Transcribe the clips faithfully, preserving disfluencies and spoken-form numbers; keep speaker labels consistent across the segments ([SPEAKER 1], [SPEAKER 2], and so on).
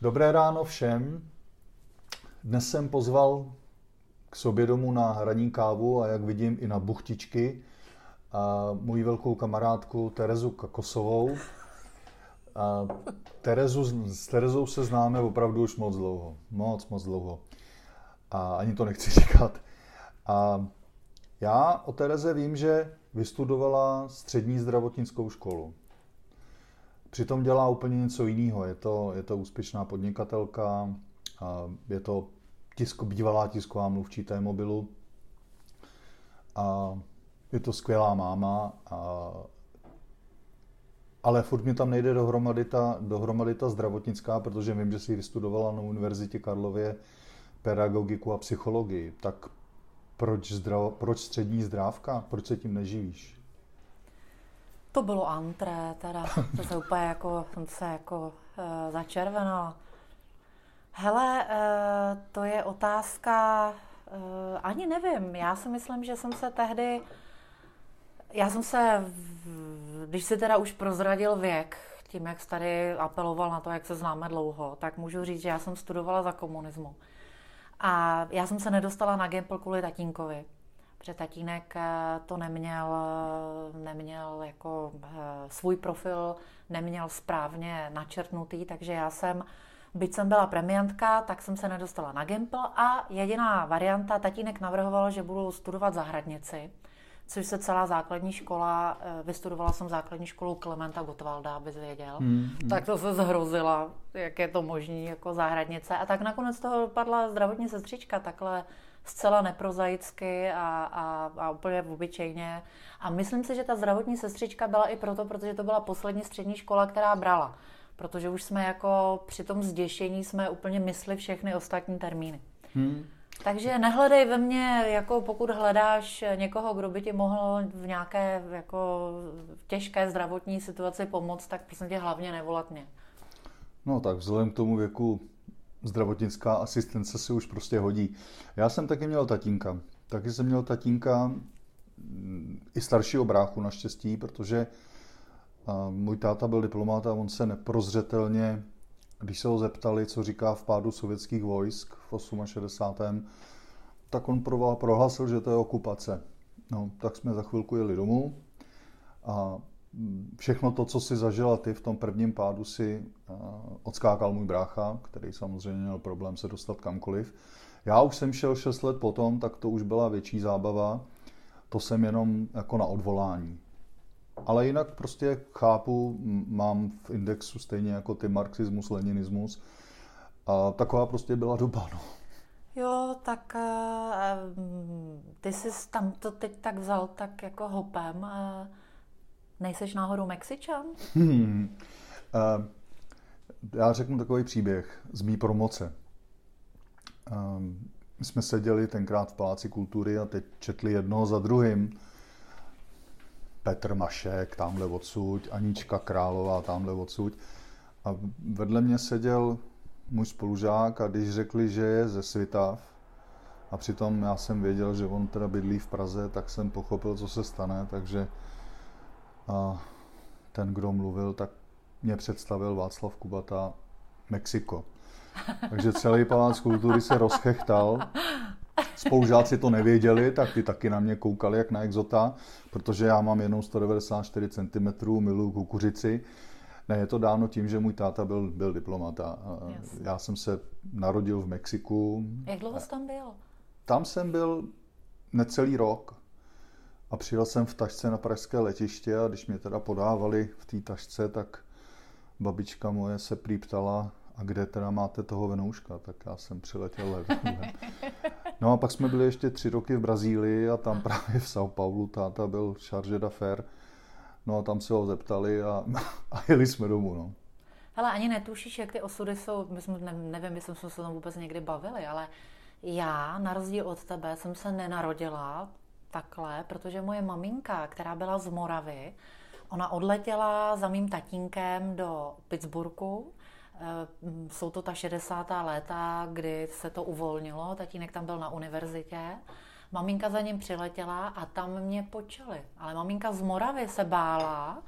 [SPEAKER 1] Dobré ráno všem. Dnes jsem pozval k sobě domů na hraní kávu a jak vidím i na buchtičky a moji velkou kamarádku Terezu Kakosovou. A Terezu, s Terezou se známe opravdu už moc dlouho. Moc, moc dlouho. A ani to nechci říkat. A já o Tereze vím, že vystudovala střední zdravotnickou školu. Přitom dělá úplně něco jiného. Je to, je to úspěšná podnikatelka, a je to tisko, bývalá tisková mluvčí T-Mobilu a je to skvělá máma, a, ale furt mi tam nejde dohromady ta, dohromady ta zdravotnická, protože vím, že si vystudovala na Univerzitě Karlově pedagogiku a psychologii. Tak proč, zdrav, proč střední zdrávka? Proč se tím neživíš?
[SPEAKER 2] To bylo antré, teda, to se úplně jako, jsem se jako e, začervenala. Hele, e, to je otázka, e, ani nevím, já si myslím, že jsem se tehdy, já jsem se, když si teda už prozradil věk, tím, jak jsi tady apeloval na to, jak se známe dlouho, tak můžu říct, že já jsem studovala za komunismu. A já jsem se nedostala na Gimpl kvůli tatínkovi. Protože tatínek to neměl, neměl jako svůj profil, neměl správně načrtnutý, takže já jsem, byť jsem byla premiantka, tak jsem se nedostala na Gimpl a jediná varianta, tatínek navrhoval, že budu studovat zahradnici, což se celá základní škola, vystudovala jsem základní školu Klementa Gottwalda, abys věděl, hmm, hmm. tak to se zhrozila, jak je to možný jako zahradnice. A tak nakonec toho dopadla zdravotní sestřička, takhle zcela neprozaicky a, a, a úplně obyčejně. A myslím si, že ta zdravotní sestřička byla i proto, protože to byla poslední střední škola, která brala. Protože už jsme jako při tom zděšení jsme úplně mysli všechny ostatní termíny. Hmm. Takže nehledej ve mně, jako pokud hledáš někoho, kdo by ti mohl v nějaké jako těžké zdravotní situaci pomoct, tak prosím tě hlavně nevolat mě.
[SPEAKER 1] No tak vzhledem k tomu věku zdravotnická asistence si už prostě hodí. Já jsem taky měl tatínka. Taky jsem měl tatínka, i staršího bráchu naštěstí, protože můj táta byl diplomat a on se neprozřetelně, když se ho zeptali, co říká v pádu sovětských vojsk v šedesátém osmém tak on prohlásil, že to je okupace. No, tak jsme za chvilku jeli domů a všechno to, co si zažila ty v tom prvním pádu, si odskákal můj brácha, který samozřejmě měl problém se dostat kamkoliv. Já už jsem šel šest let potom, tak to už byla větší zábava. To jsem jenom jako na odvolání. Ale jinak prostě chápu, mám v indexu stejně jako ty marxismus, leninismus. A taková prostě byla doba, no.
[SPEAKER 2] Jo, tak ty jsi tam to teď tak vzal tak jako hopem. Nejseš náhodou Mexičan?
[SPEAKER 1] Hmm. Uh, já řeknu takový příběh z mý promoce. Uh, my jsme seděli tenkrát v Paláci kultury a teď četli jednoho za druhým. Petr Mašek, tamhle odsud, Anička Králová, tamhle odsud. A vedle mě seděl můj spolužák a když řekli, že je ze Svitav, a přitom já jsem věděl, že on teda bydlí v Praze, tak jsem pochopil, co se stane, takže a ten, kdo mluvil, tak mě představil Václav Kubata, Mexiko. Takže celý Palác kultury se rozchechtal. Spolužáci to nevěděli, tak ty taky na mě koukali jak na exota, protože já mám jenom sto devadesát čtyři centimetrů, miluju kukuřici. Ne, je to dáno tím, že můj táta byl, byl diplomat. Yes. Já jsem se narodil v Mexiku.
[SPEAKER 2] Jak dlouho jsi tam byl?
[SPEAKER 1] Tam jsem byl necelý rok. A přijel jsem v tašce na pražské letiště a když mě teda podávali v té tašce, tak babička moje se prý ptala, a kde teda máte toho venouška, tak já jsem přiletěl letem. No a pak jsme byli ještě tři roky v Brazílii a tam právě v São Paulo táta byl chargé d'affaires. No a tam se ho zeptali a, a jeli jsme domů, no.
[SPEAKER 2] Hele, ani netušíš, jak ty osudy jsou, my jsme, ne, nevím, jestli jsme se tam vůbec někdy bavili, ale já, na rozdíl od tebe, jsem se nenarodila takhle, protože moje maminka, která byla z Moravy, ona odletěla za mým tatínkem do Pittsburghu. Jsou to ta šedesátá léta, kdy se to uvolnilo, tatínek tam byl na univerzitě. Maminka za ním přiletěla a tam mě počali. Ale maminka z Moravy se bála,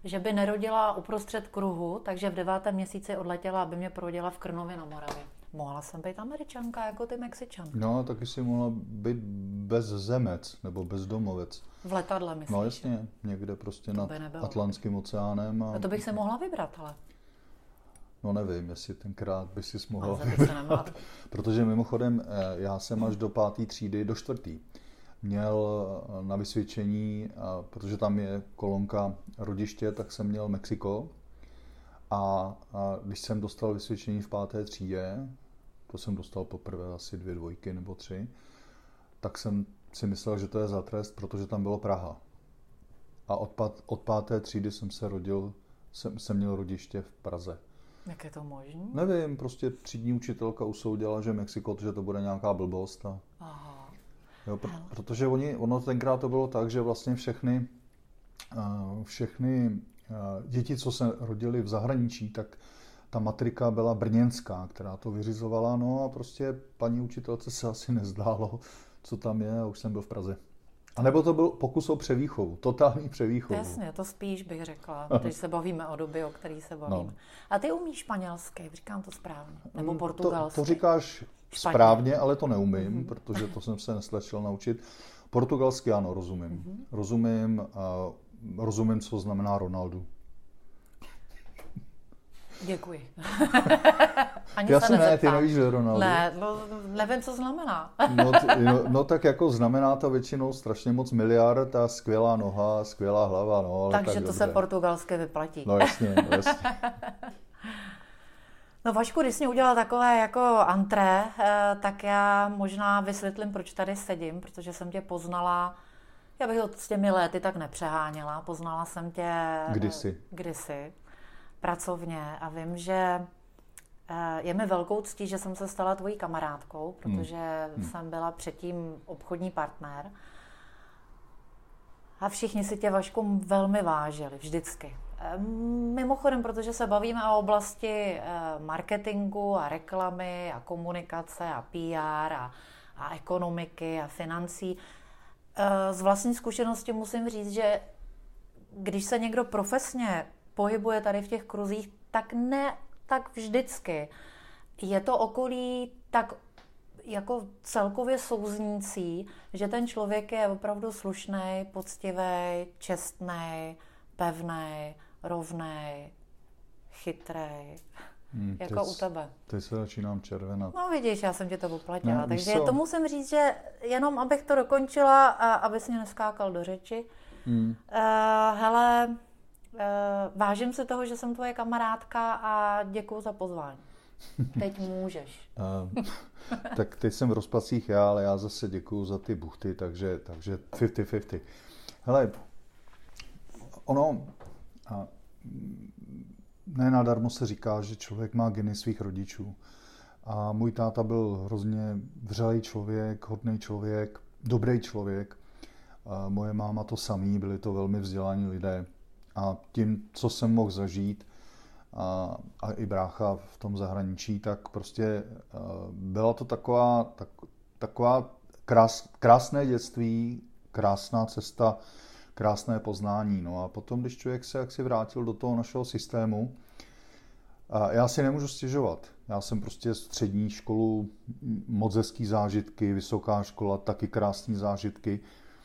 [SPEAKER 2] že by nerodila uprostřed kruhu, takže v devátém měsíci odletěla, aby mě porodila v Krnově na Moravě. Mohla jsem být Američanka jako ty Mexičanky.
[SPEAKER 1] No, taky si mohla být bezzemec nebo bezdomovec.
[SPEAKER 2] V letadle, myslíš?
[SPEAKER 1] No jasně, někde prostě
[SPEAKER 2] to
[SPEAKER 1] nad Atlantským oceánem. A...
[SPEAKER 2] a to bych se mohla vybrat, ale...
[SPEAKER 1] No nevím, jestli tenkrát by si mohla vybrat. Protože mimochodem, já jsem až do páté třídy, do čtvrtý, měl na vysvědčení, protože tam je kolonka rodiště, tak jsem měl Mexiko. A, a když jsem dostal vysvědčení v páté třídě, to jsem dostal poprvé asi dvě dvojky nebo tři, tak jsem si myslel, že to je za trest, protože tam bylo Praha. A od, pát, od páté třídy jsem se rodil, jsem, jsem měl rodiště v Praze.
[SPEAKER 2] Jak je to možné?
[SPEAKER 1] Nevím, prostě třídní učitelka usoudila, že Mexiko, že to bude nějaká blbost. A...
[SPEAKER 2] Aha.
[SPEAKER 1] Jo, pr- protože oni, ono tenkrát to bylo tak, že vlastně všechny, uh, všechny uh, děti, co se rodily v zahraničí, tak ta matrika byla brněnská, která to vyřizovala, no a prostě paní učitelce se asi nezdálo, co tam je, a už jsem byl v Praze. A nebo to byl pokus o převýchovu, totální převýchovu.
[SPEAKER 2] Jasně, to spíš bych řekla, když se bavíme o době, o které se bavíme. No. A ty umíš španělsky, říkám to správně, nebo portugalsky?
[SPEAKER 1] To, to říkáš špatně. Správně, ale to neumím, mm-hmm. protože to jsem se nestačil naučit. Portugalsky ano, rozumím. Mm-hmm. Rozumím, uh, rozumím, co znamená Ronaldo.
[SPEAKER 2] Děkuji. Ani
[SPEAKER 1] Já
[SPEAKER 2] se
[SPEAKER 1] si ne,
[SPEAKER 2] nezeptám.
[SPEAKER 1] ty nevíš, že Ronaldo.
[SPEAKER 2] Ne, no, nevím, co znamená.
[SPEAKER 1] no, t, no, no tak jako znamená to většinou strašně moc miliard a skvělá noha, skvělá hlava. No, ale
[SPEAKER 2] Takže
[SPEAKER 1] tak
[SPEAKER 2] to
[SPEAKER 1] dobře.
[SPEAKER 2] se portugalsky vyplatí.
[SPEAKER 1] No jasně, no, jasně.
[SPEAKER 2] No Vašku, když jsi udělal takové jako antré, tak já možná vysvětlím, proč tady sedím, protože jsem tě poznala, já bych to s těmi léty tak nepřeháněla, poznala jsem tě
[SPEAKER 1] Kdysi.
[SPEAKER 2] kdysi pracovně a vím, že je mi velkou ctí, že jsem se stala tvojí kamarádkou, protože hmm. jsem byla předtím obchodní partner a všichni si tě, Vašku, velmi vážili, vždycky. Mimochodem, protože se bavíme o oblasti marketingu a reklamy a komunikace a P R a, a ekonomiky a financí. Z vlastní zkušenosti musím říct, že když se někdo profesně pohybuje tady v těch kruzích, tak ne tak vždycky. Je to okolí tak jako celkově souznící, že ten člověk je opravdu slušnej, poctivý, čestný, pevný, rovnej, chytrej, hmm, jako
[SPEAKER 1] teď,
[SPEAKER 2] u tebe.
[SPEAKER 1] Teď se začínám červenat.
[SPEAKER 2] No vidíš, já jsem tě to poplatila,
[SPEAKER 1] ne,
[SPEAKER 2] takže
[SPEAKER 1] co?
[SPEAKER 2] to musím říct, že jenom abych to dokončila a abys mě neskákal do řeči. Hmm. Uh, hele, uh, vážím se toho, že jsem tvoje kamarádka a děkuju za pozvání. Teď můžeš.
[SPEAKER 1] uh, tak teď jsem v rozpacích já, ale já zase děkuju za ty buchty, takže, takže padesát na padesát. Hele, ono, a ne nadarmo se říká, že člověk má geny svých rodičů. A můj táta byl hrozně vřelý člověk, hodný člověk, dobrý člověk. A moje máma to samý, byli to velmi vzdělaní lidé. A tím, co jsem mohl zažít, a, a i brácha v tom zahraničí, tak prostě byla to taková, tak, taková krás, krásné dětství, krásná cesta, krásné poznání. No a potom, když člověk se jaksi vrátil do toho našeho systému, a já si nemůžu stěžovat. Já jsem prostě střední školu, moc hezký zážitky, vysoká škola, taky krásný zážitky.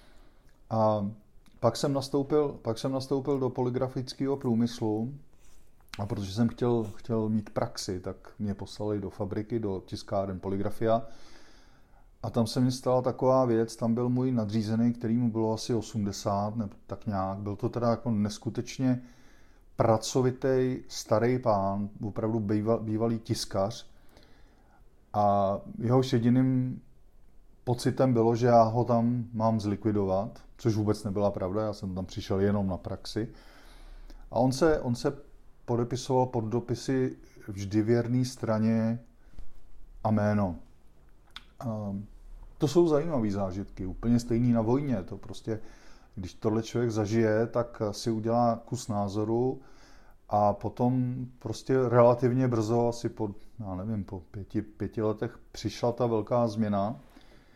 [SPEAKER 1] A pak jsem nastoupil, pak jsem nastoupil do polygrafického průmyslu, a protože jsem chtěl, chtěl mít praxi, tak mě poslali do fabriky, do tiskáren Polygrafia. A tam se mi stala taková věc, tam byl můj nadřízený, kterýmu bylo asi osmdesát, nebo tak nějak. Byl to teda jako neskutečně pracovitý starý pán, opravdu bývalý tiskař. A jehož jediným pocitem bylo, že já ho tam mám zlikvidovat, což vůbec nebyla pravda, já jsem tam přišel jenom na praxi. A on se, on se podepisoval pod dopisy vždy věrný straně a jméno. A to jsou zajímavé zážitky, úplně stejný na vojně. To prostě, když tohle člověk zažije, tak si udělá kus názoru a potom prostě relativně brzo, asi po, já nevím, po pěti, pěti letech přišla ta velká změna.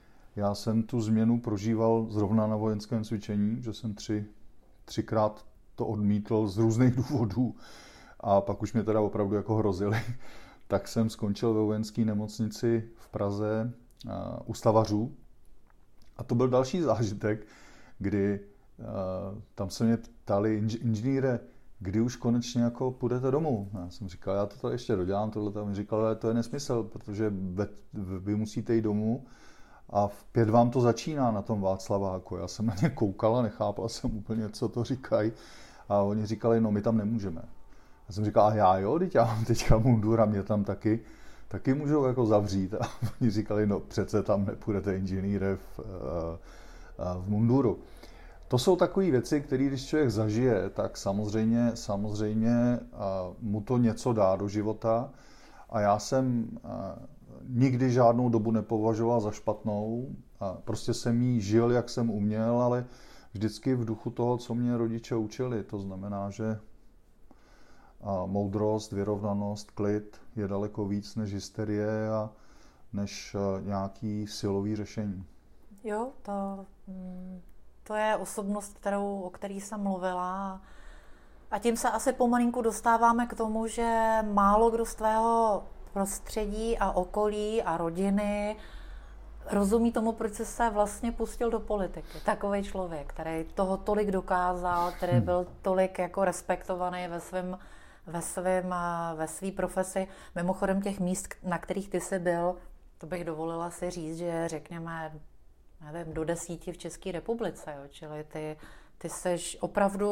[SPEAKER 1] Já jsem tu změnu prožíval zrovna na vojenském cvičení, že jsem tři, třikrát to odmítl z různých důvodů a pak už mě teda opravdu jako hrozili, tak jsem skončil ve vojenské nemocnici v Praze u stavařů. A to byl další zážitek, kdy tam se mě ptali inženýre, kdy už konečně jako půjdete domů. Já jsem říkal, já to tady ještě dodělám, tohle tam říkal, ale to je nesmysl, protože vy musíte jít domů a v pět vám to začíná na tom Václaváku. Já jsem na ně koukal a nechápal jsem úplně, co to říkají. A oni říkali, no my tam nemůžeme. Já jsem říkal, a já jo, teď já mám teďka mundur a mě tam taky, taky můžou jako zavřít. A oni říkali, no přece tam nepůjdete inženýre v, v munduru. To jsou takové věci, které když člověk zažije, tak samozřejmě, samozřejmě mu to něco dá do života. A já jsem nikdy žádnou dobu nepovažoval za špatnou. Prostě jsem jí žil, jak jsem uměl, ale vždycky v duchu toho, co mě rodiče učili. To znamená, že moudrost, vyrovnanost, klid je daleko víc než hysterie a než nějaký silový řešení.
[SPEAKER 2] Jo, to... Mm... To je osobnost, kterou, o který jsem mluvila. A tím se asi pomalinku dostáváme k tomu, že málo kdo z tvého prostředí a okolí a rodiny rozumí tomu, proč jsi se vlastně pustil do politiky. Takový člověk, který toho tolik dokázal, který byl tolik jako respektovaný ve svém ve svém, ve své profesi. Mimochodem těch míst, na kterých ty jsi byl, to bych dovolila si říct, že řekněme nevím, do desíti v České republice, jo. Čili ty, ty seš opravdu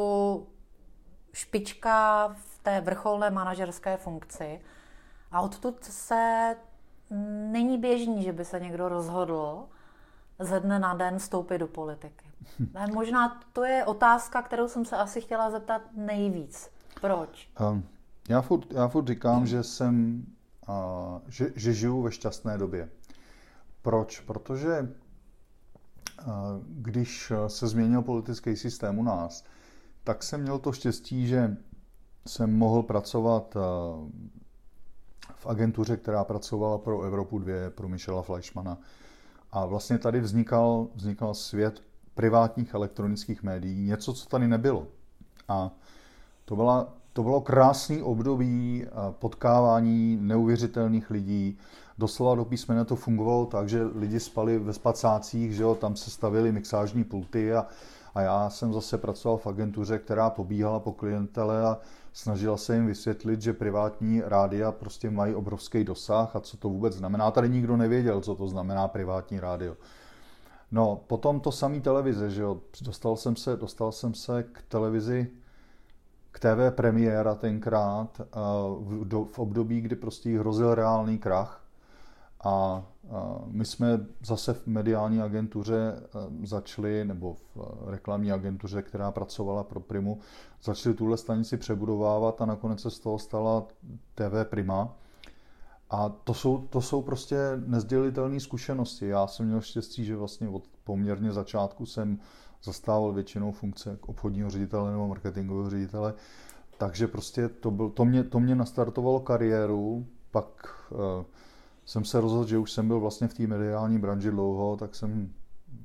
[SPEAKER 2] špička v té vrcholné manažerské funkci a odtud se není běžný, že by se někdo rozhodl ze dne na den vstoupit do politiky. Hm. Možná to je otázka, kterou jsem se asi chtěla zeptat nejvíc. Proč?
[SPEAKER 1] Um, já, furt, já furt říkám, hm. že jsem, uh, že, že žiju ve šťastné době. Proč? Protože když se změnil politický systém u nás, tak jsem měl to štěstí, že jsem mohl pracovat v agentuře, která pracovala pro Evropu dva, pro Michela Fleischmana. A vlastně tady vznikal, vznikal svět privátních elektronických médií, něco, co tady nebylo. A to, byla, to bylo krásné období potkávání neuvěřitelných lidí. Doslova do písmene to fungovalo tak, že lidi spali ve spacácích, že jo, tam se stavily mixážní pulty a, a já jsem zase pracoval v agentuře, která pobíhala po klientele a snažila se jim vysvětlit, že privátní rádia prostě mají obrovský dosah a co to vůbec znamená. Tady nikdo nevěděl, co to znamená privátní rádio. No, potom to samý televize, že jo, dostal jsem se, dostal jsem se k televizi, k T V premiéra tenkrát v, do, v období, kdy prostě hrozil reálný krach. A my jsme zase v mediální agentuře začali, nebo v reklamní agentuře, která pracovala pro Primu, začali tuhle stanici přebudovávat a nakonec se z toho stala T V Prima. A to jsou, to jsou prostě nezdělitelné zkušenosti. Já jsem měl štěstí, že vlastně od poměrně začátku jsem zastával většinou funkce obchodního ředitele nebo marketingového ředitele. Takže prostě to, byl, to, mě, to mě nastartovalo kariéru, pak uh, jsem se rozhodl, že už jsem byl vlastně v té mediální branži dlouho, tak jsem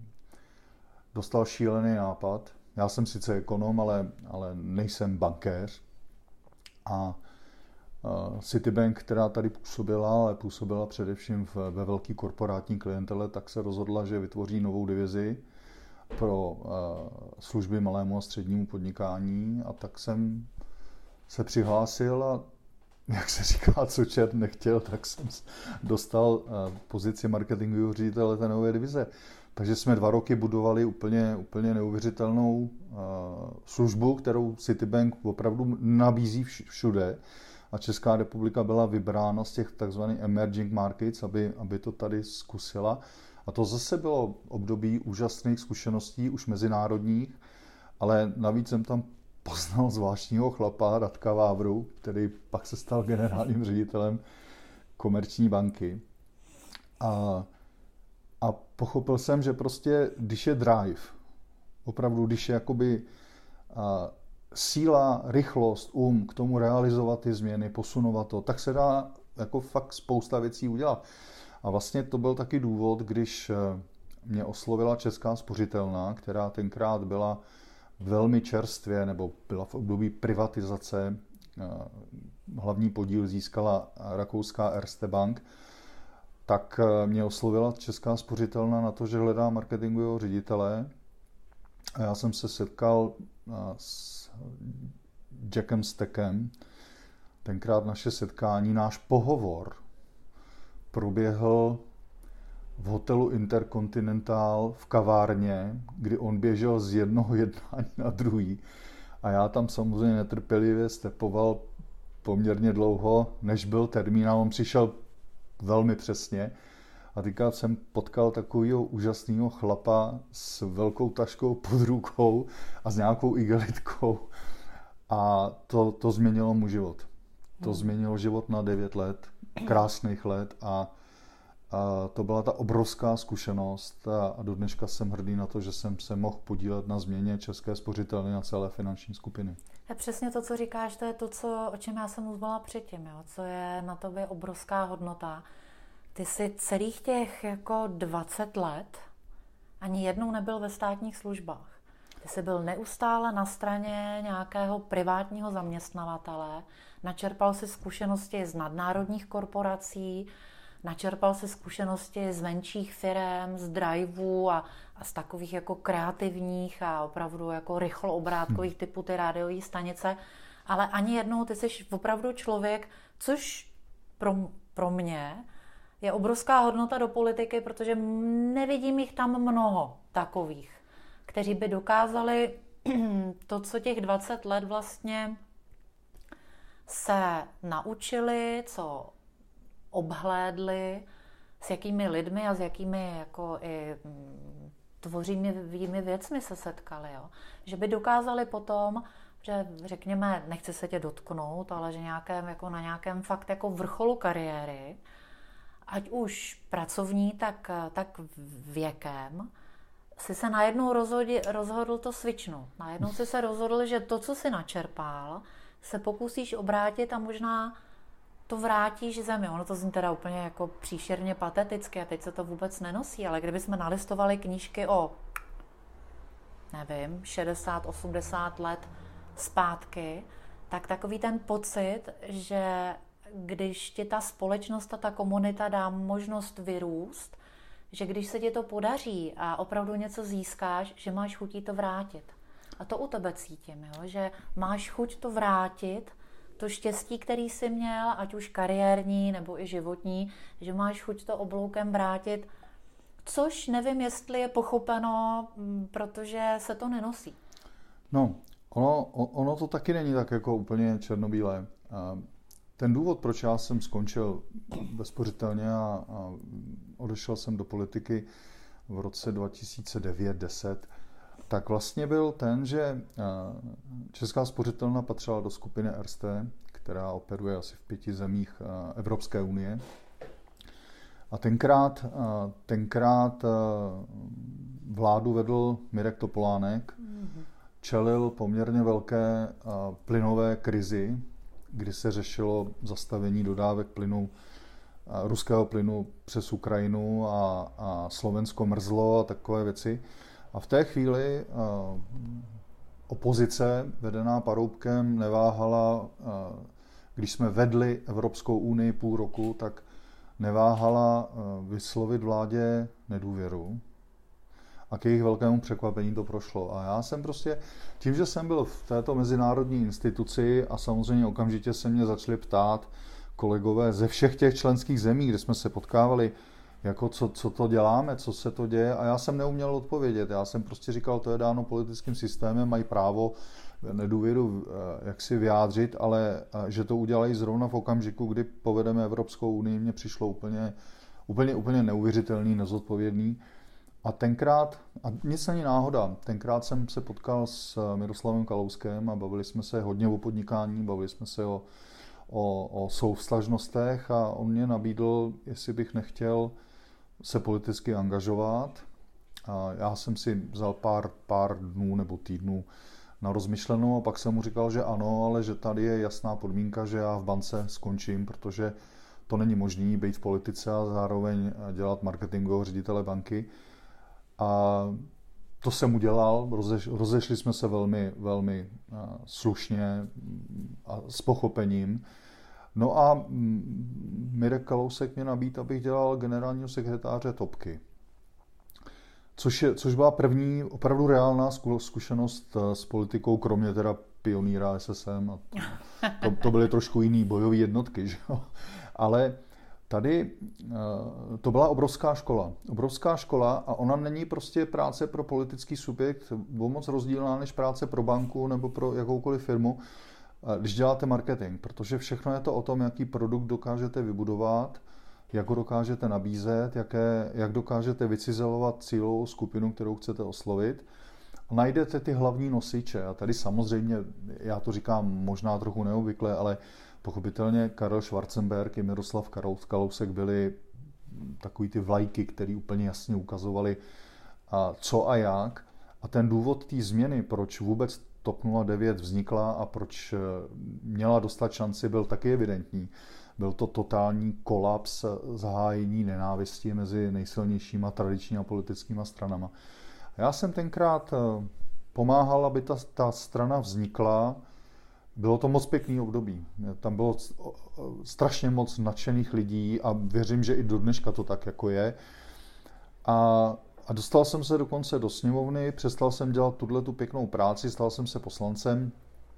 [SPEAKER 1] dostal šílený nápad. Já jsem sice ekonom, ale, ale nejsem bankéř. A uh, Citibank, která tady působila, ale působila především v, ve velké korporátní klientele, tak se rozhodla, že vytvoří novou divizi pro uh, služby malému a střednímu podnikání. A tak jsem se přihlásil a jak se říká, co čert nechtěl, tak jsem dostal pozici marketingového ředitele té nové divize. Takže jsme dva roky budovali úplně, úplně neuvěřitelnou službu, kterou Citibank opravdu nabízí všude. A Česká republika byla vybrána z těch takzvaných emerging markets, aby, aby to tady zkusila. A to zase bylo období úžasných zkušeností, už mezinárodních, ale navíc jsem tam poznal zvláštního chlapa, Radka Vávru, který pak se stal generálním ředitelem Komerční banky. A, a pochopil jsem, že prostě, když je drive, opravdu, když je jakoby a, síla, rychlost, um k tomu realizovat ty změny, posunovat to, tak se dá jako fakt spousta věcí udělat. A vlastně to byl taky důvod, když mě oslovila Česká spořitelna, která tenkrát byla velmi čerstvě, nebo byla v období privatizace, hlavní podíl získala rakouská Erste Bank, tak mě oslovila Česká spořitelna na to, že hledá marketingového ředitele. A já jsem se setkal s Jackem Steckem. Tenkrát naše setkání, náš pohovor proběhl v hotelu Intercontinental v kavárně, kdy on běžel z jednoho jednání na druhý. A já tam samozřejmě netrpělivě stepoval poměrně dlouho, než byl termín, a on přišel velmi přesně. A teďka jsem potkal takového úžasného chlapa s velkou taškou pod rukou a s nějakou igelitkou. A to, to změnilo mu život. To změnilo život na devět let, krásných let, a, a to byla ta obrovská zkušenost, a, a do dneška jsem hrdý na to, že jsem se mohl podílet na změně České spořitelny a celé finanční skupiny.
[SPEAKER 2] A přesně to, co říkáš, to je to, co, o čem já jsem mluvila předtím, jo? Co je na tobě obrovská hodnota. Ty jsi celých těch jako dvacet let ani jednou nebyl ve státních službách. Ty jsi byl neustále na straně nějakého privátního zaměstnavatele, načerpal si zkušenosti z nadnárodních korporací, načerpal si zkušenosti z venčích firem, z drivů a, a z takových jako kreativních a opravdu jako rychloobrátkových hmm. typů ty rádiové stanice, ale ani jednou ty jsi opravdu člověk, což pro, pro mě je obrovská hodnota do politiky, protože nevidím jich tam mnoho takových, kteří by dokázali to, co těch dvacet let vlastně se naučili, co obhlédli, s jakými lidmi a s jakými jako i tvořivými věcmi se setkali. Jo? Že by dokázali potom, že řekněme, nechci se tě dotknout, ale že nějakém, jako na nějakém fakt jako vrcholu kariéry, ať už pracovní, tak, tak věkem, si se najednou rozhodl, rozhodl to switchnout. Najednou si se rozhodl, že to, co si načerpal, se pokusíš obrátit a možná to vrátíš zemi. Ono to zní teda úplně jako příšerně pateticky a teď se to vůbec nenosí, ale kdybychom nalistovali knížky o, nevím, šedesát osmdesát let zpátky, tak takový ten pocit, že když ti ta společnost a ta komunita dá možnost vyrůst, že když se ti to podaří a opravdu něco získáš, že máš chutí to vrátit. A to u tebe cítím, jo? Že máš chuť to vrátit, to štěstí, který jsi měl, ať už kariérní nebo i životní, že máš chuť to obloukem vrátit, což nevím, jestli je pochopeno, protože se to nenosí.
[SPEAKER 1] No, ono, ono to taky není tak jako úplně černobílé. Ten důvod, proč já jsem skončil bezpořitelně a, a odešel jsem do politiky v roce dva tisíce devět deset, tak vlastně byl ten, že Česká spořitelna patřila do skupiny Erste, která operuje asi v pěti zemích Evropské unie. A tenkrát, tenkrát vládu vedl Mirek Topolánek, čelil poměrně velké plynové krizi, kdy se řešilo zastavení dodávek plynu, ruského plynu přes Ukrajinu a, a Slovensko mrzlo a takové věci. A v té chvíli uh, opozice, vedená Paroubkem, neváhala, uh, když jsme vedli Evropskou unii půl roku, tak neváhala uh, vyslovit vládě nedůvěru. A k jejich velkému překvapení to prošlo. A já jsem prostě, tím, že jsem byl v této mezinárodní instituci a samozřejmě okamžitě se mě začali ptát kolegové ze všech těch členských zemí, kde jsme se potkávali, jako co, co to děláme, co se to děje, a já jsem neuměl odpovědět. Já jsem prostě říkal, to je dáno politickým systémem, mají právo nedůvěru jak si vyjádřit, ale že to udělají zrovna v okamžiku, kdy povedeme Evropskou unii, mně přišlo úplně, úplně, úplně neuvěřitelný, nezodpovědný. A tenkrát, a nic není náhoda, tenkrát jsem se potkal s Miroslavem Kalouskem a bavili jsme se hodně o podnikání, bavili jsme se o, o, o souvztažnostech a on mě nabídl, jestli bych nechtěl se politicky angažovat. A já jsem si vzal pár, pár dnů nebo týdnů na rozmyšlenou a pak jsem mu říkal, že ano, ale že tady je jasná podmínka, že já v bance skončím, protože to není možné být v politice a zároveň dělat marketingového ředitele banky. A to jsem udělal, rozeš, rozešli jsme se velmi, velmi slušně a s pochopením. No a Mirek Kalousek mě nabídl, abych dělal generálního sekretáře Topky. Což, je, což byla první opravdu reálná zkušenost s politikou, kromě teda pionýra S S M. A to, to byly trošku jiný bojové jednotky. Že? Ale tady to byla obrovská škola. Obrovská škola a ona není prostě práce pro politický subjekt moc rozdílná než práce pro banku nebo pro jakoukoliv firmu, když děláte marketing. Protože všechno je to o tom, jaký produkt dokážete vybudovat, jak ho dokážete nabízet, jaké, jak dokážete vycizelovat cílovou skupinu, kterou chcete oslovit. Najdete ty hlavní nosiče. A tady samozřejmě, já to říkám možná trochu neobvykle, ale pochopitelně Karel Schwarzenberg i Miroslav Kalousek byli takový ty vlajky, které úplně jasně ukazovali, co a jak. A ten důvod té změny, proč vůbec TOP nula devět vznikla a proč měla dostat šanci, byl taky evidentní. Byl to totální kolaps, zahájení nenávisti mezi nejsilnějšíma tradičníma politickými stranama. Já jsem tenkrát pomáhal, aby ta, ta strana vznikla. Bylo to moc pěkný období. Tam bylo strašně moc nadšených lidí a věřím, že i do dneška to tak jako je. A, a dostal jsem se dokonce do sněmovny, přestal jsem dělat tuhletu pěknou práci, stal jsem se poslancem.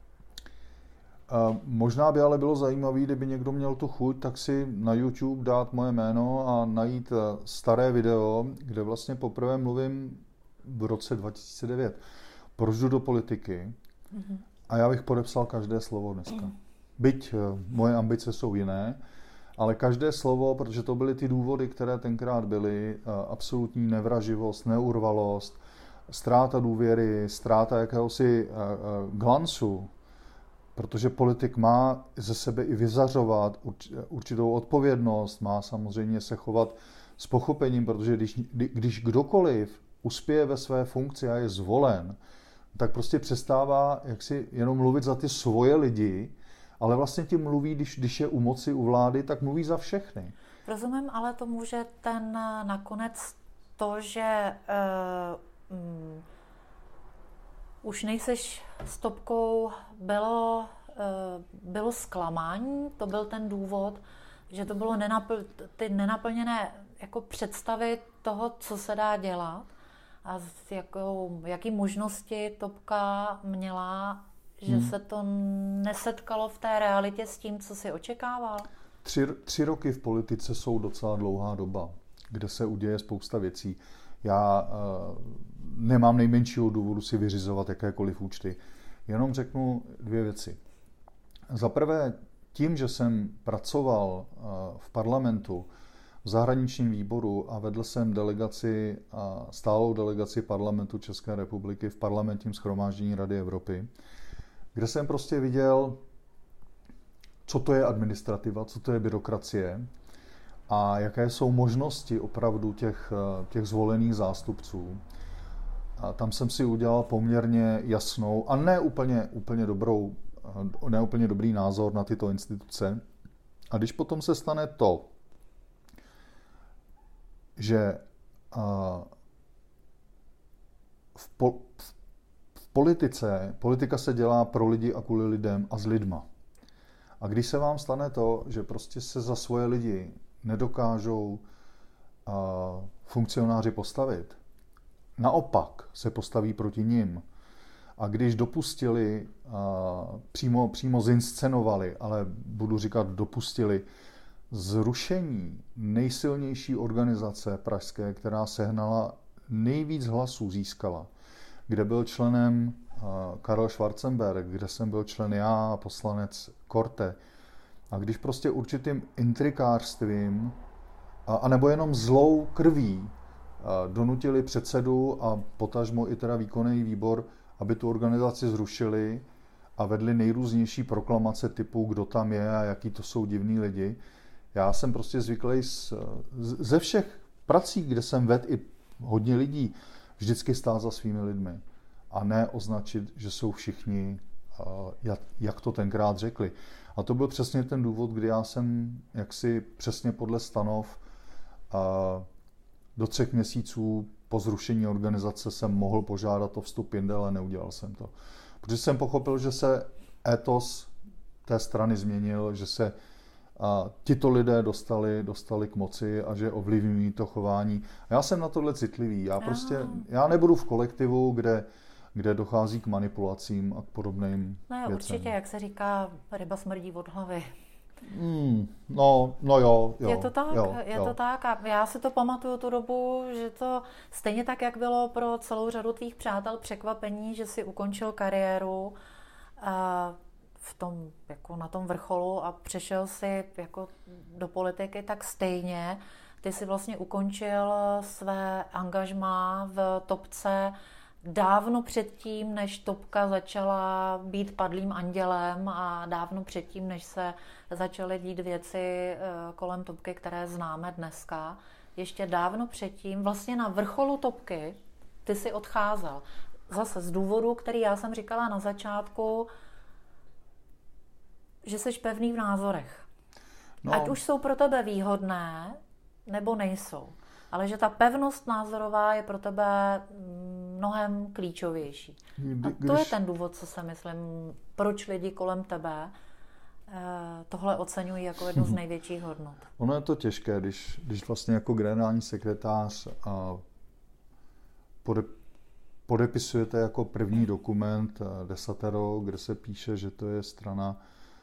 [SPEAKER 1] A možná by ale bylo zajímavé, kdyby někdo měl tu chuť, tak si na YouTube dát moje jméno a najít staré video, kde vlastně poprvé mluvím v roce dva tisíce devět. Proč jdu do politiky? Mm-hmm. A já bych podepsal každé slovo dneska. Byť moje ambice jsou jiné, ale každé slovo, protože to byly ty důvody, které tenkrát byly, absolutní nevraživost, neurvalost, ztráta důvěry, ztráta jakéhosi glancu, protože politik má ze sebe i vyzařovat určitou odpovědnost, má samozřejmě se chovat s pochopením, protože když, když kdokoliv uspěje ve své funkci a je zvolen, tak prostě přestává jaksi jenom mluvit za ty svoje lidi, ale vlastně tím mluví, když, když je u moci, u vlády, tak mluví za všechny.
[SPEAKER 2] Rozumím, ale to může ten nakonec to, že uh, um, už nejseš s Topkou, bylo, uh, bylo zklamání, to byl ten důvod, že to bylo nenapl- ty nenaplněné jako představy toho, co se dá dělat. A s jakou, jaký možnosti Topka měla, že hmm. se to nesetkalo v té realitě s tím, co si očekával?
[SPEAKER 1] Tři, tři roky v politice jsou docela dlouhá doba, kde se uděje spousta věcí. Já uh, nemám nejmenšího důvodu si vyřizovat jakékoliv účty. Jenom řeknu dvě věci. Za prvé, tím, že jsem pracoval uh, v parlamentu, v zahraničním výboru a vedl jsem delegaci, stálou delegaci parlamentu České republiky v parlamentním shromáždění Rady Evropy, kde jsem prostě viděl, co to je administrativa, co to je byrokracie a jaké jsou možnosti opravdu těch, těch zvolených zástupců. A tam jsem si udělal poměrně jasnou a ne úplně, úplně dobrou, ne úplně dobrý názor na tyto instituce. A když potom se stane to, že v, po, v politice, politika se dělá pro lidi a kvůli lidem a s lidma. A když se vám stane to, že prostě se za svoje lidi nedokážou funkcionáři postavit, naopak se postaví proti nim. A když dopustili, přímo, přímo zinscenovali, ale budu říkat dopustili, zrušení nejsilnější organizace pražské, která sehnala nejvíc hlasů, získala, kde byl členem Karel Schwarzenberg, kde jsem byl člen já, poslanec Korte. A když prostě určitým intrikářstvím, anebo jenom zlou krví, donutili předsedu a potažmo i teda výkonný výbor, aby tu organizaci zrušili a vedli nejrůznější proklamace typu, kdo tam je a jaký to jsou divní lidi. Já jsem prostě zvyklý z, ze všech prací, kde jsem vedl i hodně lidí, vždycky stát za svými lidmi. A ne označit, že jsou všichni, jak, jak to tenkrát řekli. A to byl přesně ten důvod, kdy já jsem jaksi přesně podle stanov do třech měsíců po zrušení organizace jsem mohl požádat o vstup jinde, ale neudělal jsem to. Protože jsem pochopil, že se étos té strany změnil, že se a, tito lidé dostali, dostali k moci a že ovlivňují to chování. A já jsem na tohle citlivý. Já prostě, já nebudu v kolektivu, kde, kde dochází k manipulacím a k podobným
[SPEAKER 2] no jo,
[SPEAKER 1] věcem.
[SPEAKER 2] Určitě, jak se říká, ryba smrdí od hlavy.
[SPEAKER 1] Hmm, no, no jo, jo.
[SPEAKER 2] Je to tak,
[SPEAKER 1] jo,
[SPEAKER 2] je
[SPEAKER 1] jo.
[SPEAKER 2] to tak a já si to pamatuju tu dobu, že to stejně tak, jak bylo pro celou řadu tvých přátel překvapení, že si ukončil kariéru a v tom, jako na tom vrcholu a přešel si jako do politiky, tak stejně ty si vlastně ukončil své angažmá v topce dávno předtím, než topka začala být padlým andělem a dávno předtím, než se začaly dít věci kolem topky, které známe dneska. Ještě dávno předtím, vlastně na vrcholu topky, ty si odcházel. Zase z důvodu, který já jsem říkala na začátku, že jsi pevný v názorech. No. Ať už jsou pro tebe výhodné, nebo nejsou. Ale že ta pevnost názorová je pro tebe mnohem klíčovější. A to je ten důvod, co si myslím, proč lidi kolem tebe tohle oceňují jako jednu z největších hodnot.
[SPEAKER 1] Ono je to těžké, když, když vlastně jako generální sekretář a pode, podepisujete jako první dokument Desatero, kde se píše, že to je strana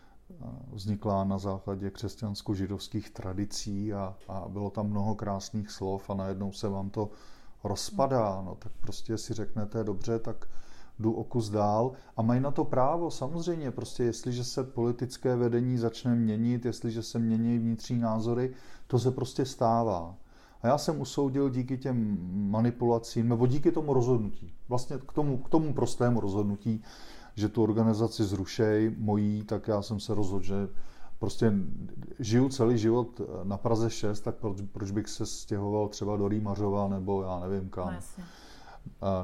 [SPEAKER 1] vzniklá na základě křesťansko-židovských tradicí a, a bylo tam mnoho krásných slov a najednou se vám to rozpadá. No tak prostě si řeknete, dobře, tak jdu o kus dál a mají na to právo. Samozřejmě, prostě jestliže se politické vedení začne měnit, jestliže se mění vnitřní názory, to se prostě stává. A já jsem usoudil díky těm manipulacím, nebo díky tomu rozhodnutí, vlastně k tomu, k tomu prostému rozhodnutí, že tu organizaci zrušej mojí, tak já jsem se rozhodl, že prostě žiju celý život na Praze šest, tak proč, proč bych se stěhoval třeba do Rýmařova nebo já nevím kam. No, uh,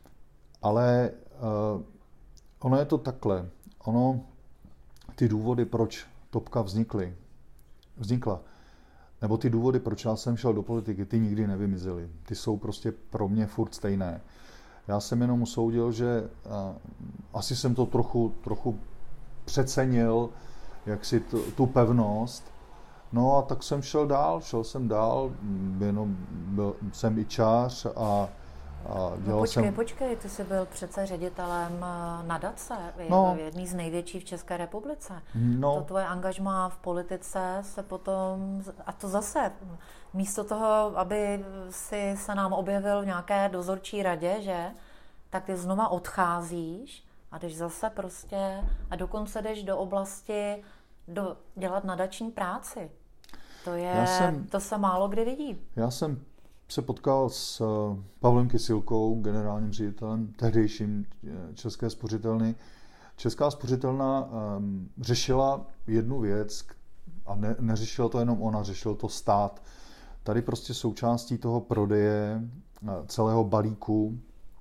[SPEAKER 1] ale uh, ono je to takhle. Ono, ty důvody, proč topka vznikly, vznikla, nebo ty důvody, proč já jsem šel do politiky, ty nikdy nevymizely. Ty jsou prostě pro mě furt stejné. Já jsem jenom usoudil, že uh, asi jsem to trochu, trochu přecenil, jak si tu, tu pevnost. No a tak jsem šel dál, šel jsem dál, jenom byl, jsem ičář a, a dělal
[SPEAKER 2] no počkej,
[SPEAKER 1] jsem...
[SPEAKER 2] počkej, ty jsi byl přece ředitelem nadace,
[SPEAKER 1] no,
[SPEAKER 2] jedný z největších v České republice.
[SPEAKER 1] No,
[SPEAKER 2] to tvoje angažmá v politice se potom, a to zase, místo toho, aby si se nám objevil v nějaké dozorčí radě, že, tak ty znova odcházíš a jdeš zase prostě a dokonce jdeš do oblasti do, dělat nadační práci. To je, jsem, to se málo kdy vidí.
[SPEAKER 1] Já jsem se potkal s Pavlem Kysilkou, generálním ředitelem tehdejším České spořitelny. Česká spořitelna um, řešila jednu věc a ne, neřešila to jenom ona, řešil to stát. Tady prostě součástí toho prodeje celého balíku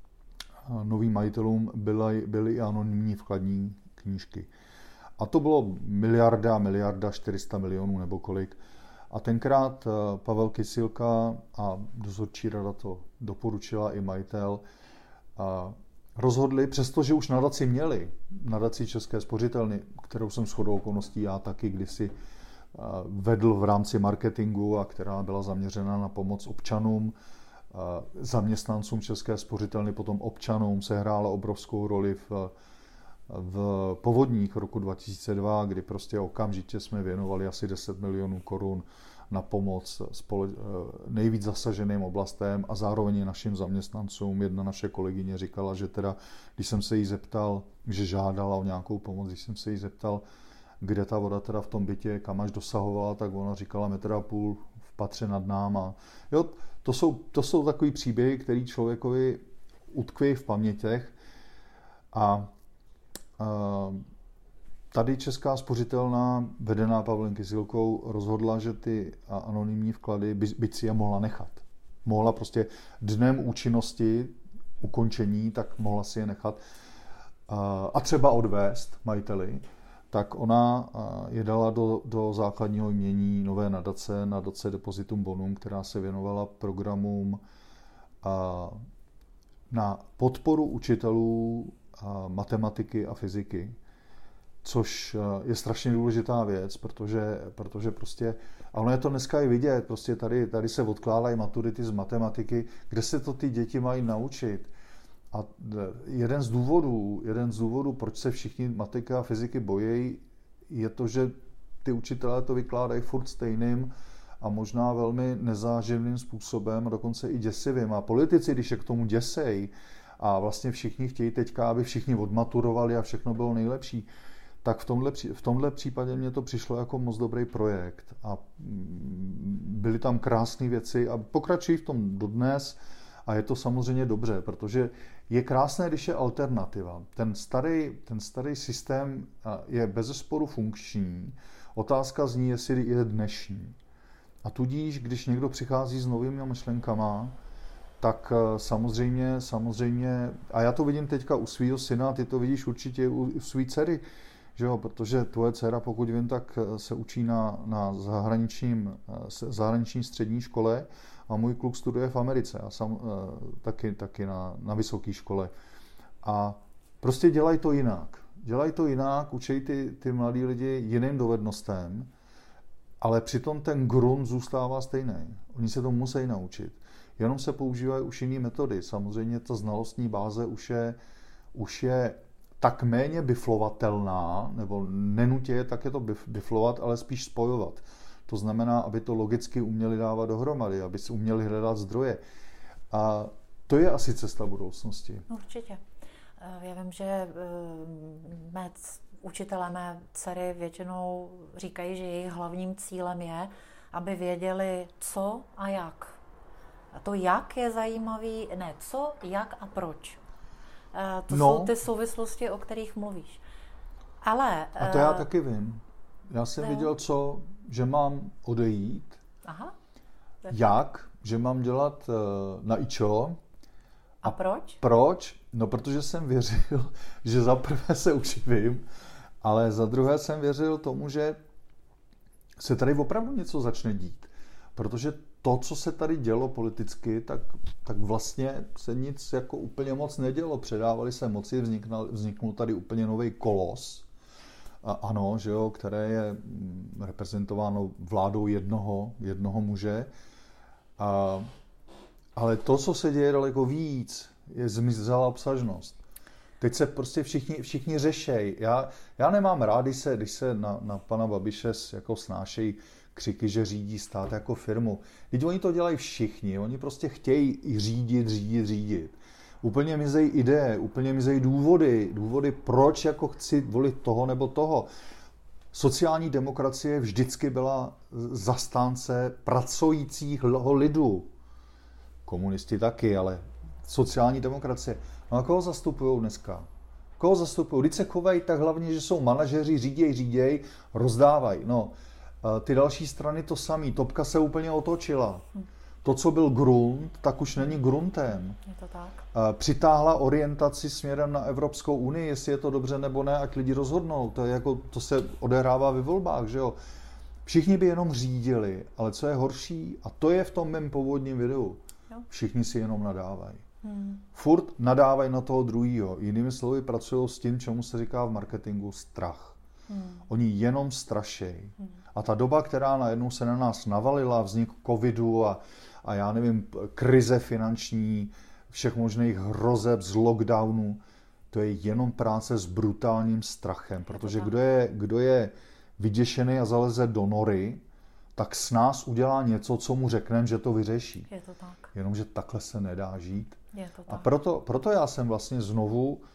[SPEAKER 1] novým majitelům byly, byly i anonymní vkladní knížky. A to bylo miliarda, miliarda, čtyři sta milionů nebo kolik. A tenkrát Pavel Kysilka a dozorčí rada to doporučila i majitel, a rozhodli, přestože už nadaci měli, nadaci České spořitelny, kterou jsem shodou okolností já taky kdysi vedl v rámci marketingu a která byla zaměřena na pomoc občanům, zaměstnancům České spořitelny, potom občanům, sehrála obrovskou roli v, v povodních roku dva tisíce dva, kdy prostě okamžitě jsme věnovali asi deset milionů korun na pomoc spole, nejvíc zasaženým oblastem a zároveň i našim zaměstnancům. Jedna naše kolegyně říkala, že teda, když jsem se jí zeptal, že žádala o nějakou pomoc, když jsem se jí zeptal, kde ta voda teda v tom bytě, kam až dosahovala, tak ona říkala metr a půl v patře nad náma. Jo, to jsou, to jsou takový příběhy, který člověkovi utkví v pamětěch a, a tady Česká spořitelna, vedená Pavlem Kysilkou, rozhodla, že ty anonymní vklady, by, byť si je mohla nechat. Mohla prostě dnem účinnosti, ukončení, tak mohla si je nechat a, a třeba odvést majiteli, tak ona je dala do, do základního jmění nové nadace, nadace Depositum Bonum, která se věnovala programům na podporu učitelů matematiky a fyziky, což je strašně důležitá věc, protože, protože prostě, a ono je to dneska i vidět, prostě tady, tady se odkládají maturity z matematiky, kde se to ty děti mají naučit. A jeden z důvodů, jeden z důvodů, proč se všichni matika a fyziky bojí, je to, že ty učitelé to vykládají furt stejným a možná velmi nezáživným způsobem, a dokonce i děsivým. A politici, když je k tomu děsej a vlastně všichni chtějí teďka, aby všichni odmaturovali a všechno bylo nejlepší, tak v tomhle, v tomhle případě mně to přišlo jako moc dobrý projekt. A byly tam krásné věci a pokračují v tom dodnes a je to samozřejmě dobře, protože je krásné, když je alternativa. Ten starý, ten starý systém je bezesporu funkční. Otázka zní, jestli je dnešní. A tudíž, když někdo přichází s novými myšlenkama, tak samozřejmě, samozřejmě, a já to vidím teďka u svého syna, ty to vidíš určitě u své dcery, že jo, protože tvoje dcera, pokud vím, tak se učí na, na zahraničním, zahraniční střední škole a můj kluk studuje v Americe a sam, taky, taky na, na vysoké škole. A prostě dělají to jinak. Dělají to jinak, učí ty, ty mladí lidi jiným dovednostem, ale přitom ten grunt zůstává stejný. Oni se to musí naučit. Jenom se používají už jiné metody. Samozřejmě ta znalostní báze už je, už je tak méně biflovatelná, nebo nenutě je tak je to biflovat, ale spíš spojovat. To znamená, aby to logicky uměli dávat dohromady, aby si uměli hledat zdroje. A to je asi cesta budoucnosti.
[SPEAKER 2] Určitě. Já vím, že mé učitelé mé dcery většinou říkají, že jejich hlavním cílem je, aby věděli co a jak. A to jak je zajímavý, ne co, jak a proč. To no. jsou ty souvislosti, o kterých mluvíš. Ale...
[SPEAKER 1] A to já uh, taky vím. Já jsem no. viděl, co, že mám odejít.
[SPEAKER 2] Aha.
[SPEAKER 1] Jak, že mám dělat uh, na ičo.
[SPEAKER 2] A, a proč?
[SPEAKER 1] Proč? No, protože jsem věřil, že za prvé se uživím, ale za druhé jsem věřil tomu, že se tady opravdu něco začne dít. Protože to, co se tady dělo politicky, tak, tak vlastně se nic jako úplně moc nedělo. Předávali se moci, vzniknul, vzniknul tady úplně nový kolos. A ano, že jo, které je reprezentováno vládou jednoho, jednoho muže. A, ale to, co se děje daleko víc, je zmizela obsažnost. Teď se prostě všichni, všichni řešejí. Já, já nemám rád, když se, když se na, na pana Babiše jako snášejí křiky, že řídí stát jako firmu. Teď oni to dělají všichni, oni prostě chtějí řídit, řídit, řídit. Úplně mizejí ideje, úplně mizejí důvody, důvody, proč jako chci volit toho nebo toho. Sociální demokracie vždycky byla zastánce pracujícího lidu. Komunisti taky, ale sociální demokracie. No a koho zastupují dneska? Koho zastupují? Když se chovají tak hlavně, že jsou manažeři, říděj, říděj, rozdávají. No, ty další strany to samý. Topka se úplně otočila. To, co byl grunt, tak už není gruntem.
[SPEAKER 2] Je to tak.
[SPEAKER 1] Přitáhla orientaci směrem na Evropskou unii, jestli je to dobře nebo ne, ať lidi rozhodnou. To, je jako, to se odehrává ve volbách, že jo. Všichni by jenom řídili, ale co je horší, a to je v tom mém původním videu, všichni si jenom nadávají. Hmm. Furt nadávají na toho druhýho. Jinými slovy pracují s tím, čemu se říká v marketingu strach. Hmm. Oni jenom strašejí. Hmm. A ta doba, která najednou se na nás navalila, vznik covidu a, a já nevím, krize finanční, všech možných hrozeb z lockdownu, to je jenom práce s brutálním strachem. Protože kdo je, kdo je vyděšený a zaleze do nory, tak s nás udělá něco, co mu řekneme, že to vyřeší.
[SPEAKER 2] Je to tak.
[SPEAKER 1] Jenomže takhle se nedá žít.
[SPEAKER 2] Je to tak.
[SPEAKER 1] A proto, proto já jsem vlastně znovu uh,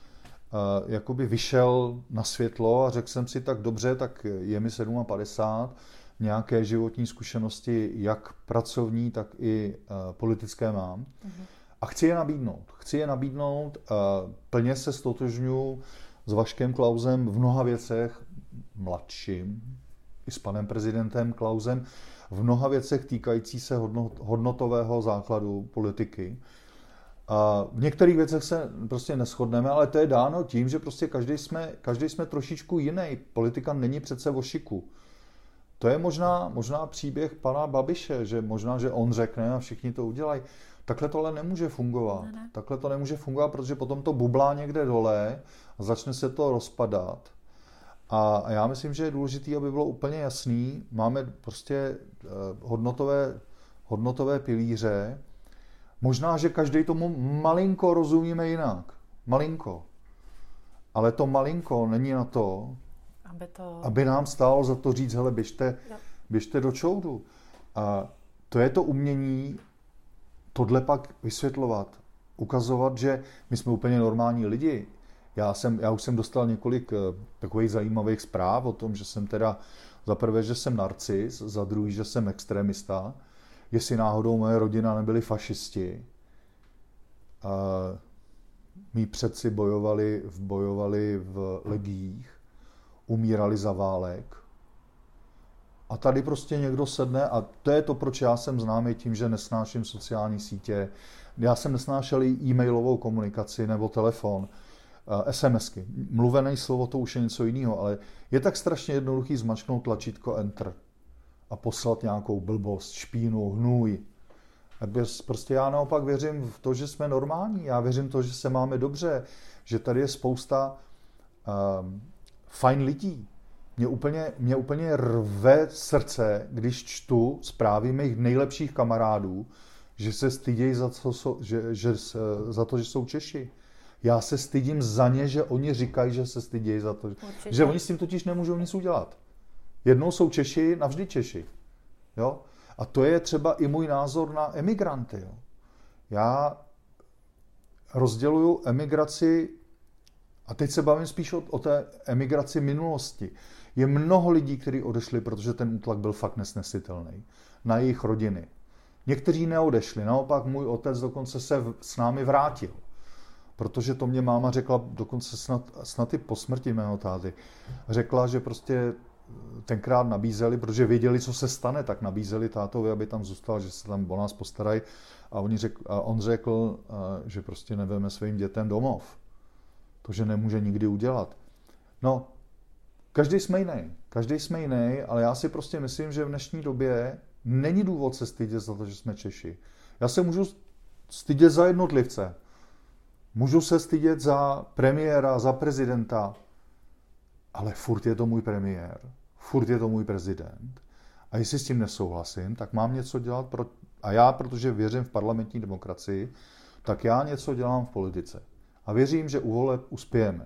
[SPEAKER 1] jakoby vyšel na světlo a řekl jsem si, tak dobře, tak je mi padesát sedm, nějaké životní zkušenosti, jak pracovní, tak i uh, politické mám. Mm-hmm. A chci je nabídnout. Chci je nabídnout, uh, plně se stotožňuji s Vaškem Klausem v mnoha věcech, mladším, i s panem prezidentem Klausem, v mnoha věcech týkající se hodnotového základu politiky. A v některých věcech se prostě neshodneme, ale to je dáno tím, že prostě každý jsme, každý jsme trošičku jiný. Politika není přece o šiku. To je možná, možná příběh pana Babiše, že možná, že on řekne a všichni to udělají. Takhle to ale nemůže fungovat. Ne, ne. Takhle to nemůže fungovat, protože potom to bublá někde dole a začne se to rozpadat. A já myslím, že je důležité, aby bylo úplně jasný. Máme prostě hodnotové, hodnotové pilíře. Možná, že každý tomu malinko rozumíme jinak. Malinko. Ale to malinko není na to, aby, to... aby nám stálo za to říct, hele, běžte, běžte do čoudu. A to je to umění tohle pak vysvětlovat. Ukazovat, že my jsme úplně normální lidi. Já, jsem, já už jsem dostal několik takových zajímavých zpráv o tom, že jsem teda za prvé, že jsem narcis, za druhý, že jsem extremista, jestli náhodou moje rodina nebyli fašisti. A mí předci bojovali, bojovali v legiích, umírali za válek. A tady prostě někdo sedne a to je to, proč já jsem známý tím, že nesnáším sociální sítě. Já jsem nesnášel e-mailovou komunikaci nebo telefon, SMSky. Mluvené slovo to už je něco jiného, ale je tak strašně jednoduchý zmačknout tlačítko Enter a poslat nějakou blbost, špínu, hnůj. Prostě já naopak věřím v to, že jsme normální. Já věřím v to, že se máme dobře, že tady je spousta um, fajn lidí. Mě úplně, mě úplně rve srdce, když čtu zprávy mých nejlepších kamarádů, že se stydějí za, to, že, že, za to, že jsou Češi. Já se stydím za ně, že oni říkají, že se stydějí za to. Určitě. Že oni s tím totiž nemůžou nic udělat. Jednou jsou Češi, navždy Češi. Jo? A to je třeba i můj názor na emigranty. Jo? Já rozděluju emigraci, a teď se bavím spíš o, o té emigraci minulosti. Je mnoho lidí, kteří odešli, protože ten útlak byl fakt nesnesitelný. Na jejich rodiny. Někteří neodešli, naopak můj otec dokonce se v, s námi vrátil. Protože to mě máma řekla, dokonce snad, snad i po smrti mého táty, řekla, že prostě tenkrát nabízeli, protože věděli, co se stane, tak nabízeli tátovi, aby tam zůstal, že se tam o nás postarají. A, oni řek, a on řekl, že prostě neveme svým dětem domov. To, že nemůže nikdy udělat. No, každý jsme jiný. Každý jsme jiný, ale já si prostě myslím, že v dnešní době není důvod se stydět za to, že jsme Češi. Já se můžu stydět za jednotlivce. Můžu se stydět za premiéra, za prezidenta, ale furt je to můj premiér, furt je to můj prezident. A jestli s tím nesouhlasím, tak mám něco dělat. Pro... A já, protože věřím v parlamentní demokracii, tak já něco dělám v politice. A věřím, že u voleb uspějeme.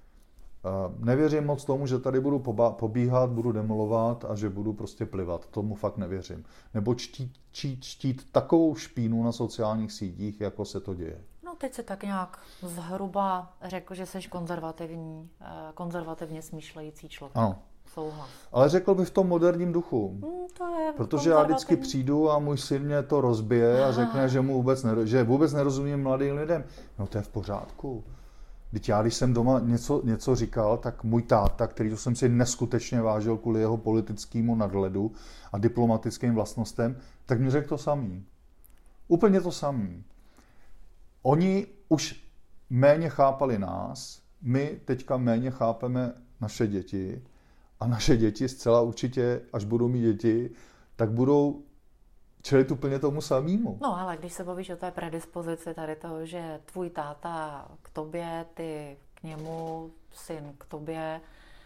[SPEAKER 1] Nevěřím moc tomu, že tady budu pobíhat, budu demolovat a že budu prostě plivat. Tomu fakt nevěřím. Nebo čtít, čtít, čtít takovou špínu na sociálních sítích, jako se to děje.
[SPEAKER 2] No teď se tak nějak zhruba řekl, že jsi konzervativní, konzervativně smýšlející člověk.
[SPEAKER 1] Ano.
[SPEAKER 2] Souhlas.
[SPEAKER 1] Ale řekl bych v tom moderním duchu.
[SPEAKER 2] Hmm, to je
[SPEAKER 1] protože já vždycky přijdu a můj syn mě to rozbije a řekne, že mu vůbec, nero, že vůbec nerozumím mladým lidem. No to je v pořádku. Teď já, když jsem doma něco, něco říkal, tak můj táta, který jsem si neskutečně vážil kvůli jeho politickému nadhledu a diplomatickým vlastnostem, tak mi řekl to samý. Úplně to samý. Oni už méně chápali nás, my teďka méně chápeme naše děti a naše děti zcela určitě, až budou mít děti, tak budou čelit úplně tomu samému.
[SPEAKER 2] No ale když se bavíš o té predispozici tady toho, že tvůj táta k tobě, ty k němu, syn k tobě,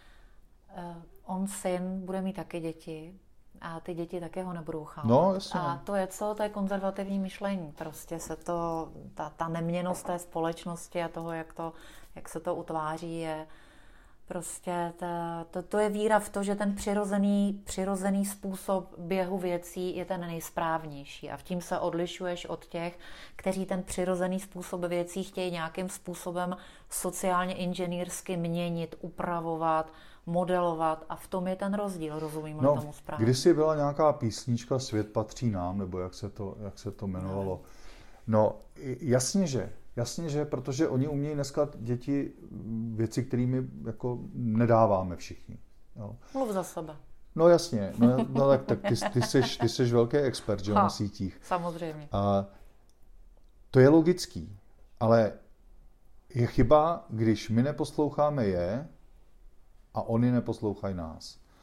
[SPEAKER 2] on syn bude mít taky děti a ty děti taky ho nebudou chápat.
[SPEAKER 1] No, jasně.
[SPEAKER 2] A to je co? To je konzervativní myšlení. Prostě se to, ta, ta neměnnost té společnosti a toho, jak, to, jak se to utváří, je prostě, ta, to, to je víra v to, že ten přirozený, přirozený způsob běhu věcí je ten nejsprávnější. A v tím se odlišuješ od těch, kteří ten přirozený způsob věcí chtějí nějakým způsobem sociálně inženýrsky měnit, upravovat, modelovat a v tom je ten rozdíl, rozumím
[SPEAKER 1] no,
[SPEAKER 2] tomu správně.
[SPEAKER 1] Kdysi byla nějaká písnička Svět patří nám, nebo jak se to, jak se to jmenovalo. No, jasně, že. Jasně, že, protože oni umějí dneska děti věci, kterými jako nedáváme všichni. Jo.
[SPEAKER 2] Mluv za sebe.
[SPEAKER 1] No jasně, no, no tak, tak ty, ty, seš, ty seš velký expert, že, ha, na sítích.
[SPEAKER 2] Samozřejmě.
[SPEAKER 1] A to je logický, ale je chyba, když my neposloucháme je a oni neposlouchají nás.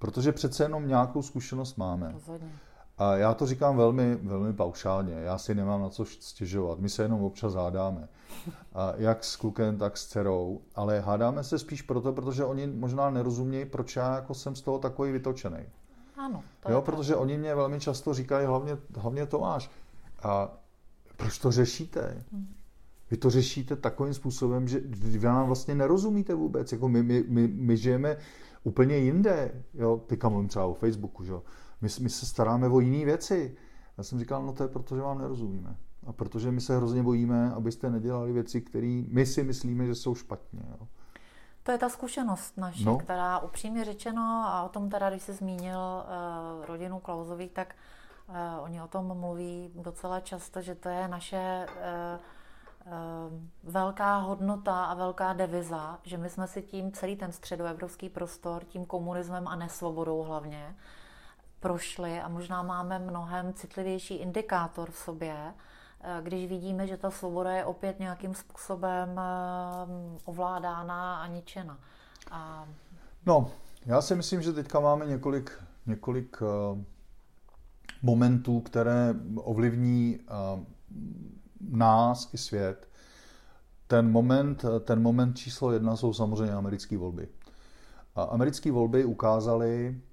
[SPEAKER 1] Protože přece jenom nějakou zkušenost máme.
[SPEAKER 2] Rozhodně.
[SPEAKER 1] A já to říkám velmi, velmi paušálně. Já si nemám na co stěžovat. My se jenom občas hádáme. A jak s klukem, tak s dcerou. Ale hádáme se spíš proto, protože oni možná nerozumějí, proč já jako jsem z toho takový vytočený.
[SPEAKER 2] Ano, to
[SPEAKER 1] jo,
[SPEAKER 2] je
[SPEAKER 1] protože oni mě velmi často říkají, hlavně, hlavně Tomáš, a proč to řešíte? Hmm. Vy to řešíte takovým způsobem, že vy nám vlastně nerozumíte vůbec. Jako my, my, my, my žijeme úplně jinde. Jo? Teďka mluvím třeba o Facebooku. Že? My, my se staráme o jiné věci. Já jsem říkal, no to je proto, že vám nerozumíme. A protože my se hrozně bojíme, abyste nedělali věci, které my si myslíme, že jsou špatně. Jo?
[SPEAKER 2] To je ta zkušenost naše, no. která upřímně řečeno, a o tom teda, když jsi zmínil uh, rodinu Klausových, tak uh, oni o tom mluví docela často, že to je naše uh, uh, velká hodnota a velká deviza, že my jsme si tím celý ten středoevropský prostor, tím komunismem a nesvobodou hlavně, prošli a možná máme mnohem citlivější indikátor v sobě, když vidíme, že ta svoboda je opět nějakým způsobem ovládána a ničena. A...
[SPEAKER 1] No, já si myslím, že teďka máme několik, několik uh, momentů, které ovlivní uh, nás i svět. Ten moment, ten moment číslo jedna jsou samozřejmě americké volby. A americké volby ukázaly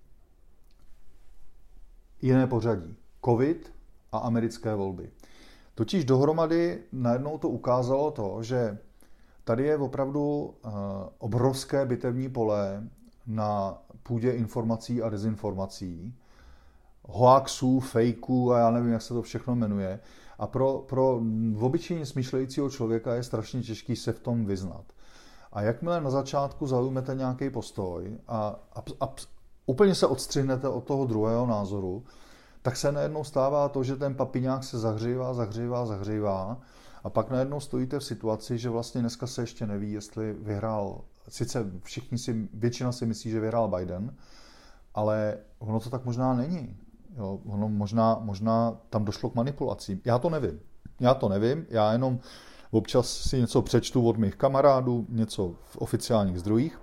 [SPEAKER 1] jiné pořadí. Covid a americké volby. Totiž dohromady najednou to ukázalo to, že tady je opravdu obrovské bitevní pole na půdě informací a dezinformací, hoaxů, fejků a já nevím, jak se to všechno jmenuje. A pro, pro obyčejně smýšlejícího člověka je strašně těžký se v tom vyznat. A jakmile na začátku zaujmete nějaký postoj a, a, a úplně se odstřihnete od toho druhého názoru, tak se najednou stává to, že ten papiňák se zahřívá, zahřívá, zahřívá a pak najednou stojíte v situaci, že vlastně dneska se ještě neví, jestli vyhrál, sice všichni si, většina si myslí, že vyhrál Biden, ale ono to tak možná není. Jo, ono možná, možná tam došlo k manipulacím. Já to nevím. Já to nevím, já jenom občas si něco přečtu od mých kamarádů, něco v oficiálních zdrojích.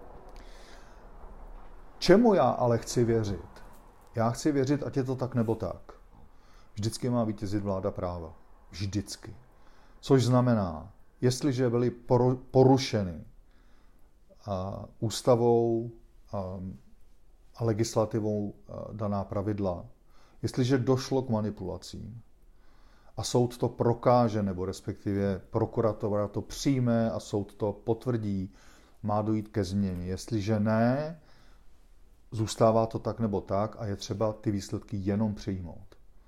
[SPEAKER 1] Čemu já ale chci věřit? Já chci věřit, ať je to tak nebo tak. Vždycky má vítězit vláda práva. Vždycky. Což znamená, jestliže byly porušeny a ústavou a, a legislativou a daná pravidla, jestliže došlo k manipulacím a soud to prokáže, nebo respektive prokuratura to přijme a soud to potvrdí, má dojít ke změně. Jestliže ne, zůstává to tak nebo tak a je třeba ty výsledky jenom přijmout.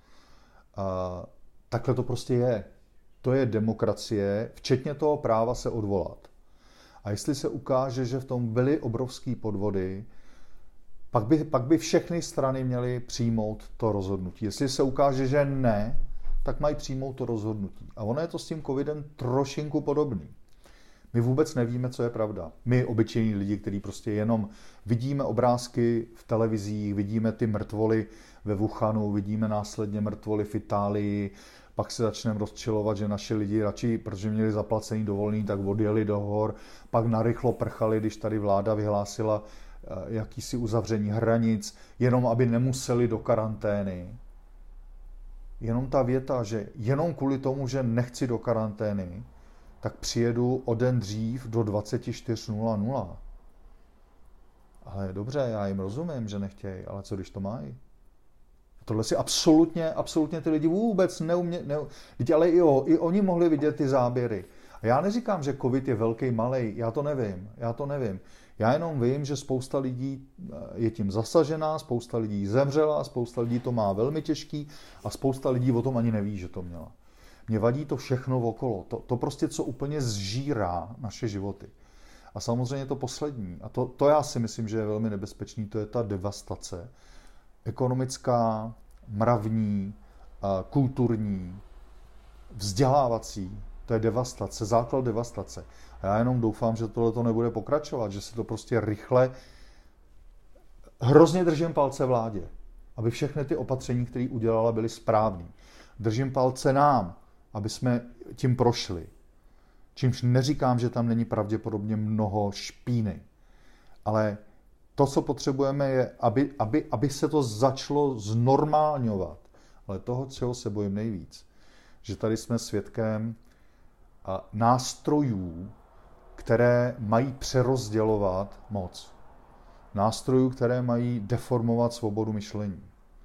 [SPEAKER 1] A takhle to prostě je. To je demokracie, včetně toho práva se odvolat. A jestli se ukáže, že v tom byly obrovský podvody, pak by, pak by všechny strany měly přijmout to rozhodnutí. Jestli se ukáže, že ne, tak mají přijmout to rozhodnutí. A ono je to s tím covidem trošinku podobný. My vůbec nevíme, co je pravda. My, obyčejní lidi, kteří prostě jenom vidíme obrázky v televizích, vidíme ty mrtvoly ve Wuhanu, vidíme následně mrtvoly v Itálii, pak se začneme rozčilovat, že naši lidi radši, protože měli zaplacený dovolený, tak odjeli do hor, pak narychlo prchali, když tady vláda vyhlásila jakýsi uzavření hranic, jenom aby nemuseli do karantény. Jenom ta věta, že jenom kvůli tomu, že nechci do karantény, tak přijedu o den dřív do dvacet čtyři nula nula. Ale dobře, já jim rozumím, že nechtějí, ale co když to mají? Tohle si absolutně, absolutně ty lidi vůbec neumě... Ne, ale i, o, i oni mohli vidět ty záběry. A já neříkám, že covid je velký, malej, já to nevím, já to nevím. Já jenom vím, že spousta lidí je tím zasažená, spousta lidí zemřela, spousta lidí to má velmi těžký a spousta lidí o tom ani neví, že to měla. Mě vadí to všechno okolo. To, to prostě, co úplně zžírá naše životy. A samozřejmě to poslední, a to, to já si myslím, že je velmi nebezpečný, to je ta devastace. Ekonomická, mravní, kulturní, vzdělávací. To je devastace, základ devastace. A já jenom doufám, že tohle to nebude pokračovat, že se to prostě rychle... Hrozně držím palce vládě, aby všechny ty opatření, které udělala, byly správné. Držím palce nám, aby jsme tím prošli. Čímž neříkám, že tam není pravděpodobně mnoho špíny. Ale To, co potřebujeme, je, aby, aby, aby se to začalo znormálňovat. Ale toho, čeho se bojím nejvíc, že tady jsme svědkem nástrojů, které mají přerozdělovat moc. Nástrojů, které mají deformovat svobodu myšlení.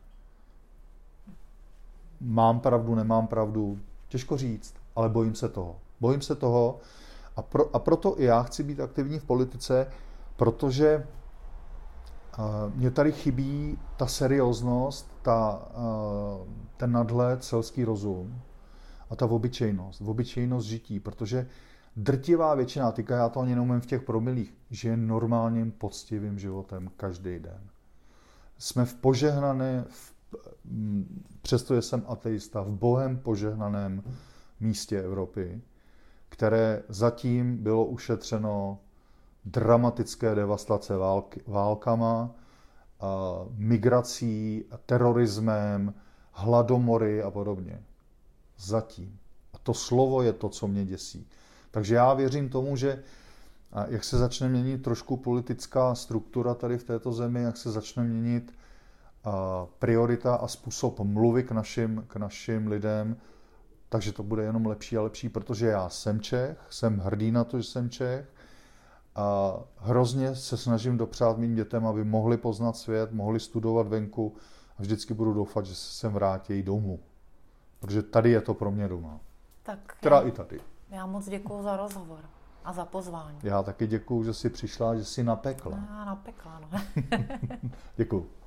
[SPEAKER 1] Mám pravdu, nemám pravdu, těžko říct, ale bojím se toho. Bojím se toho a, pro, a proto i já chci být aktivní v politice, protože uh, mě tady chybí ta serióznost, ta, uh, ten nadhled, selský rozum a ta obyčejnost, obyčejnost žití, protože drtivá většina, týka já to ani neumím v těch promilích, žije normálním, poctivým životem každý den. Jsme v požehnané, v, přestože jsem ateista, v Bohem požehnaném místě Evropy, které zatím bylo ušetřeno dramatické devastace války, válkama, a migrací, a terorismem, hladomory a podobně. Zatím. A to slovo je to, co mě děsí. Takže já věřím tomu, že jak se začne měnit trošku politická struktura tady v této zemi, jak se začne měnit priorita a způsob mluvy k našim, k našim lidem, takže to bude jenom lepší a lepší, protože já jsem Čech, jsem hrdý na to, že jsem Čech a hrozně se snažím dopřát mým dětem, aby mohli poznat svět, mohli studovat venku a vždycky budu doufat, že se sem vrátí domů. Protože tady je to pro mě doma.
[SPEAKER 2] Tak
[SPEAKER 1] teda
[SPEAKER 2] já,
[SPEAKER 1] i tady.
[SPEAKER 2] Já moc děkuju za rozhovor a za pozvání.
[SPEAKER 1] Já taky děkuju, že jsi přišla, že jsi napekla.
[SPEAKER 2] Já napekla, no.
[SPEAKER 1] Děkuju.